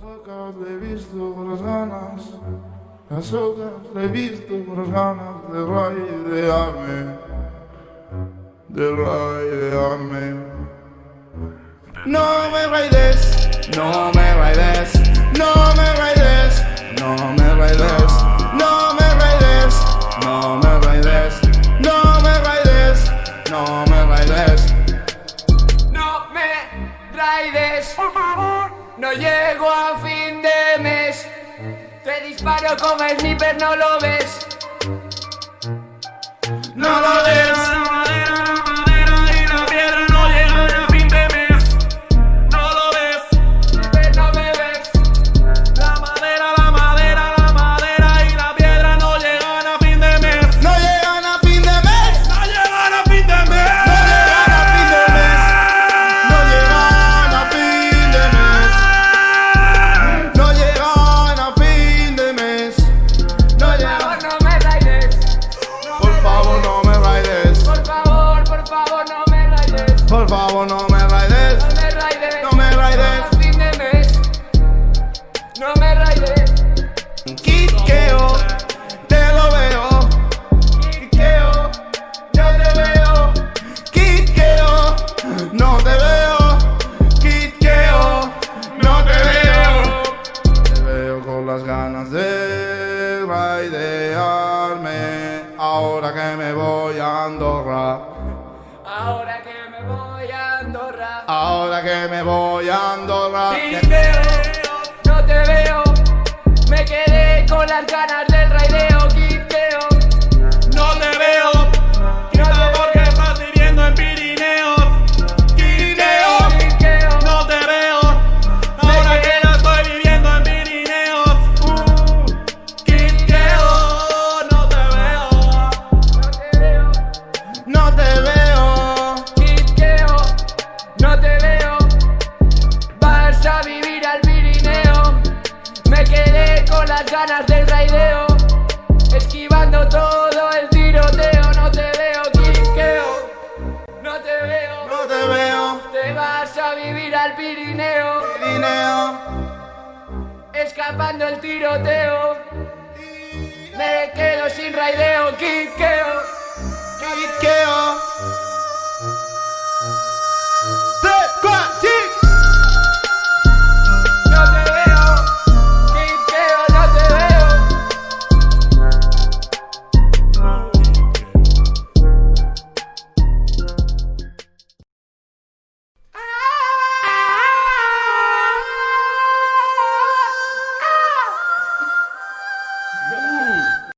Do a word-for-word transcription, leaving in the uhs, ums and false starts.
Las le he visto con las ganas, las hojas le he visto con las ganas de raidearme, de raidearme. No me raides, no me raides, no me raides, no me raides, no me raides, no me raides, no me raides, no me raides. No me raides, por favor. No llego a fin de mes. Te disparo como sniper, no lo ves. No lo ves. Por favor, no me raides, No me raides, no me raides. a fin de mes. No me raides. Quiqueo, te lo veo. Quiqueo, yo te veo. Quiqueo, no te veo. Quiqueo, no te veo. Te veo con las ganas de raidearme. Ahora que me voy a Andorra. Ahora que me voy a Andorra. Ahora que me voy a Andorra. Quiqueo, no te veo. Me quedé con las ganas del raideo. Quiqueo, No te veo, quizá porque estás viviendo en Pirineos. Quiqueo, Quiqueo, no te veo, ahora que yo estoy viviendo en Pirineos. Uh, Quiqueo, no te veo. no te veo. No te veo. Quiqueo, no te veo. Vas a vivir al Pirineo. Me quedé con las ganas del raideo, esquivando todo el tiroteo. No te veo, Quiqueo, no te veo. No te veo. Te vas a vivir al Pirineo, Pirineo. escapando el tiroteo. Me quedo sin raideo, Quiqueo. Quiqueo. Tres, cuatro, cinco.